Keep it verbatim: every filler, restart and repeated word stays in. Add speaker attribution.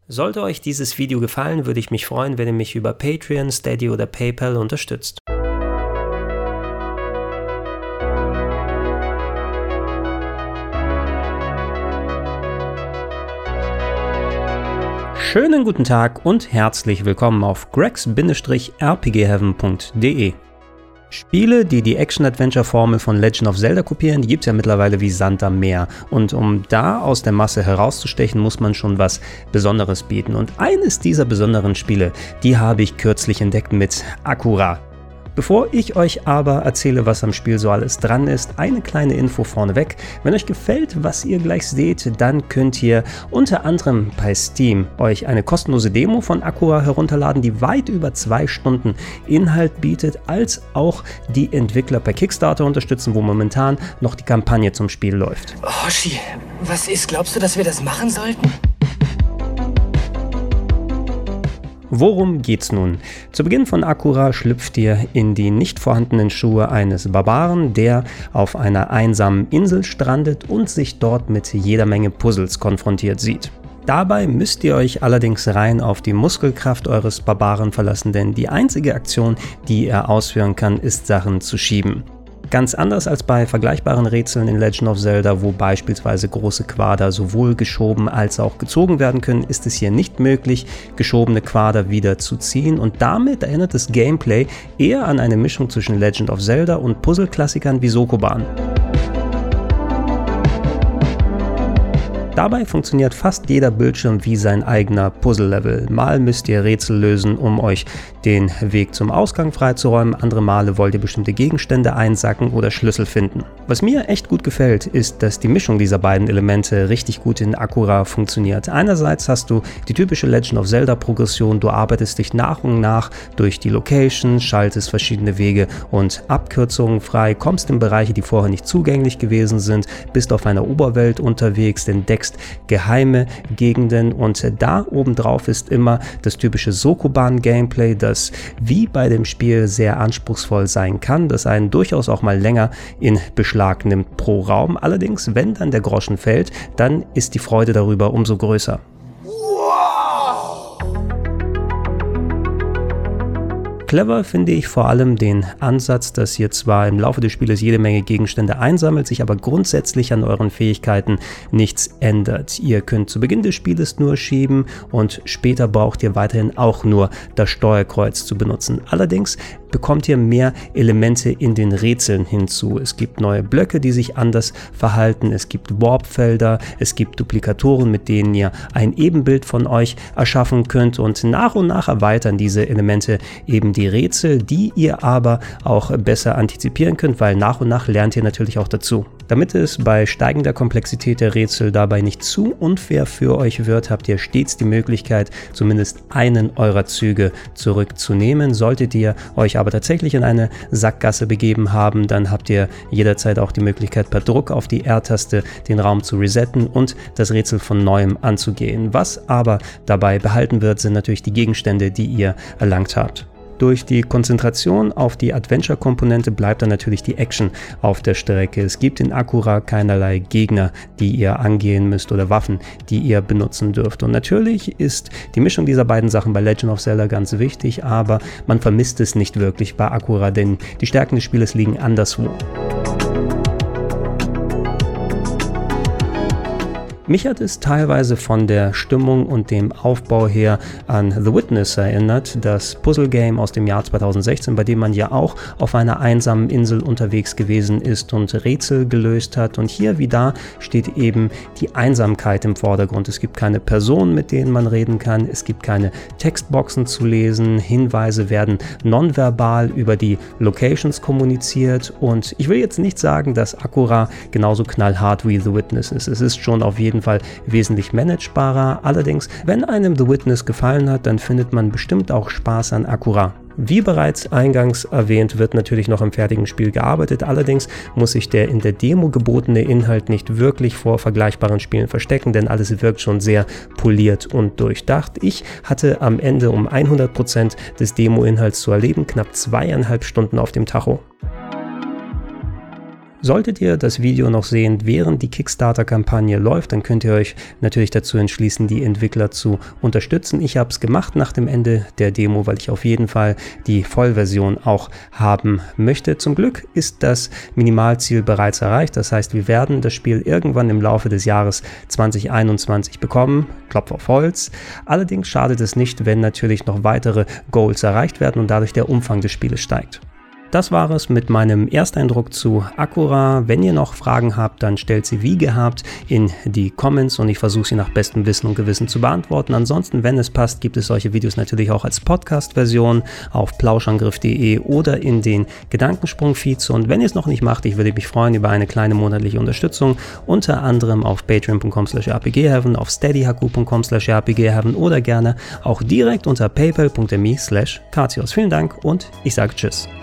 Speaker 1: Sollte euch dieses Video gefallen, würde ich mich freuen, wenn ihr mich über Patreon, Steady oder PayPal unterstützt. Schönen guten Tag und herzlich willkommen auf gregs R P G heaven punkt de. Spiele, die die Action-Adventure-Formel von Legend of Zelda kopieren, die gibt es ja mittlerweile wie Sand am Meer. Und um da aus der Masse herauszustechen, muss man schon was Besonderes bieten. Und eines dieser besonderen Spiele, die habe ich kürzlich entdeckt mit Akura. Bevor ich euch aber erzähle, was am Spiel so alles dran ist, eine kleine Info vorneweg. Wenn euch gefällt, was ihr gleich seht, dann könnt ihr unter anderem bei Steam euch eine kostenlose Demo von Akura herunterladen, die weit über zwei Stunden Inhalt bietet, als auch die Entwickler per Kickstarter unterstützen, wo momentan noch die Kampagne zum Spiel läuft.
Speaker 2: Hoshi, was ist? Glaubst du, dass wir das machen sollten?
Speaker 1: Worum geht's nun? Zu Beginn von Akura schlüpft ihr in die nicht vorhandenen Schuhe eines Barbaren, der auf einer einsamen Insel strandet und sich dort mit jeder Menge Puzzles konfrontiert sieht. Dabei müsst ihr euch allerdings rein auf die Muskelkraft eures Barbaren verlassen, denn die einzige Aktion, die er ausführen kann, ist Sachen zu schieben. Ganz anders als bei vergleichbaren Rätseln in Legend of Zelda, wo beispielsweise große Quader sowohl geschoben als auch gezogen werden können, ist es hier nicht möglich, geschobene Quader wieder zu ziehen, und damit erinnert das Gameplay eher an eine Mischung zwischen Legend of Zelda und Puzzle-Klassikern wie Sokoban. Dabei funktioniert fast jeder Bildschirm wie sein eigener Puzzle-Level. Mal müsst ihr Rätsel lösen, um euch den Weg zum Ausgang freizuräumen, andere Male wollt ihr bestimmte Gegenstände einsacken oder Schlüssel finden. Was mir echt gut gefällt, ist, dass die Mischung dieser beiden Elemente richtig gut in Akura funktioniert. Einerseits hast du die typische Legend of Zelda Progression, du arbeitest dich nach und nach durch die Locations, schaltest verschiedene Wege und Abkürzungen frei, kommst in Bereiche, die vorher nicht zugänglich gewesen sind, bist auf einer Oberwelt unterwegs, entdeckst geheime Gegenden, und da obendrauf ist immer das typische Sokoban-Gameplay, das wie bei dem Spiel sehr anspruchsvoll sein kann, das einen durchaus auch mal länger in Beschlag nimmt pro Raum. Allerdings, wenn dann der Groschen fällt, dann ist die Freude darüber umso größer. Clever finde ich vor allem den Ansatz, dass ihr zwar im Laufe des Spieles jede Menge Gegenstände einsammelt, sich aber grundsätzlich an euren Fähigkeiten nichts ändert. Ihr könnt zu Beginn des Spieles nur schieben und später braucht ihr weiterhin auch nur das Steuerkreuz zu benutzen. Allerdings bekommt ihr mehr Elemente in den Rätseln hinzu. Es gibt neue Blöcke, die sich anders verhalten, es gibt Warpfelder, es gibt Duplikatoren, mit denen ihr ein Ebenbild von euch erschaffen könnt, und nach und nach erweitern diese Elemente eben die Rätsel, die ihr aber auch besser antizipieren könnt, weil nach und nach lernt ihr natürlich auch dazu. Damit es bei steigender Komplexität der Rätsel dabei nicht zu unfair für euch wird, habt ihr stets die Möglichkeit, zumindest einen eurer Züge zurückzunehmen. Solltet ihr euch aber tatsächlich in eine Sackgasse begeben haben, dann habt ihr jederzeit auch die Möglichkeit, per Druck auf die R-Taste den Raum zu resetten und das Rätsel von neuem anzugehen. Was aber dabei behalten wird, sind natürlich die Gegenstände, die ihr erlangt habt. Durch die Konzentration auf die Adventure-Komponente bleibt dann natürlich die Action auf der Strecke. Es gibt in Akura keinerlei Gegner, die ihr angehen müsst, oder Waffen, die ihr benutzen dürft. Und natürlich ist die Mischung dieser beiden Sachen bei Legend of Zelda ganz wichtig, aber man vermisst es nicht wirklich bei Akura, denn die Stärken des Spieles liegen anderswo. Mich hat es teilweise von der Stimmung und dem Aufbau her an The Witness erinnert, das Puzzle-Game aus dem Jahr zweitausendsechzehn, bei dem man ja auch auf einer einsamen Insel unterwegs gewesen ist und Rätsel gelöst hat. Und hier wie da steht eben die Einsamkeit im Vordergrund. Es gibt keine Personen, mit denen man reden kann, es gibt keine Textboxen zu lesen, Hinweise werden nonverbal über die Locations kommuniziert, und ich will jetzt nicht sagen, dass Akura genauso knallhart wie The Witness ist. Es ist schon auf jeden Fall wesentlich managebarer. Allerdings, wenn einem The Witness gefallen hat, dann findet man bestimmt auch Spaß an Akura. Wie bereits eingangs erwähnt, wird natürlich noch im fertigen Spiel gearbeitet, allerdings muss sich der in der Demo gebotene Inhalt nicht wirklich vor vergleichbaren Spielen verstecken, denn alles wirkt schon sehr poliert und durchdacht. Ich hatte am Ende, um hundert Prozent des Demo-Inhalts zu erleben, knapp zweieinhalb Stunden auf dem Tacho. Solltet ihr das Video noch sehen, während die Kickstarter-Kampagne läuft, dann könnt ihr euch natürlich dazu entschließen, die Entwickler zu unterstützen. Ich habe es gemacht nach dem Ende der Demo, weil ich auf jeden Fall die Vollversion auch haben möchte. Zum Glück ist das Minimalziel bereits erreicht. Das heißt, wir werden das Spiel irgendwann im Laufe des Jahres zwanzig einundzwanzig bekommen. Klopf auf Holz. Allerdings schadet es nicht, wenn natürlich noch weitere Goals erreicht werden und dadurch der Umfang des Spieles steigt. Das war es mit meinem Ersteindruck zu Acura. Wenn ihr noch Fragen habt, dann stellt sie wie gehabt in die Comments und ich versuche sie nach bestem Wissen und Gewissen zu beantworten. Ansonsten, wenn es passt, gibt es solche Videos natürlich auch als Podcast-Version auf plauschangriff punkt de oder in den Gedankensprung-Feeds. Und wenn ihr es noch nicht macht, ich würde mich freuen über eine kleine monatliche Unterstützung, unter anderem auf patreon punkt com slash r p g heaven, auf steadyhq punkt com slash r p g heaven oder gerne auch direkt unter paypal punkt me slash katios. Vielen Dank und ich sage Tschüss.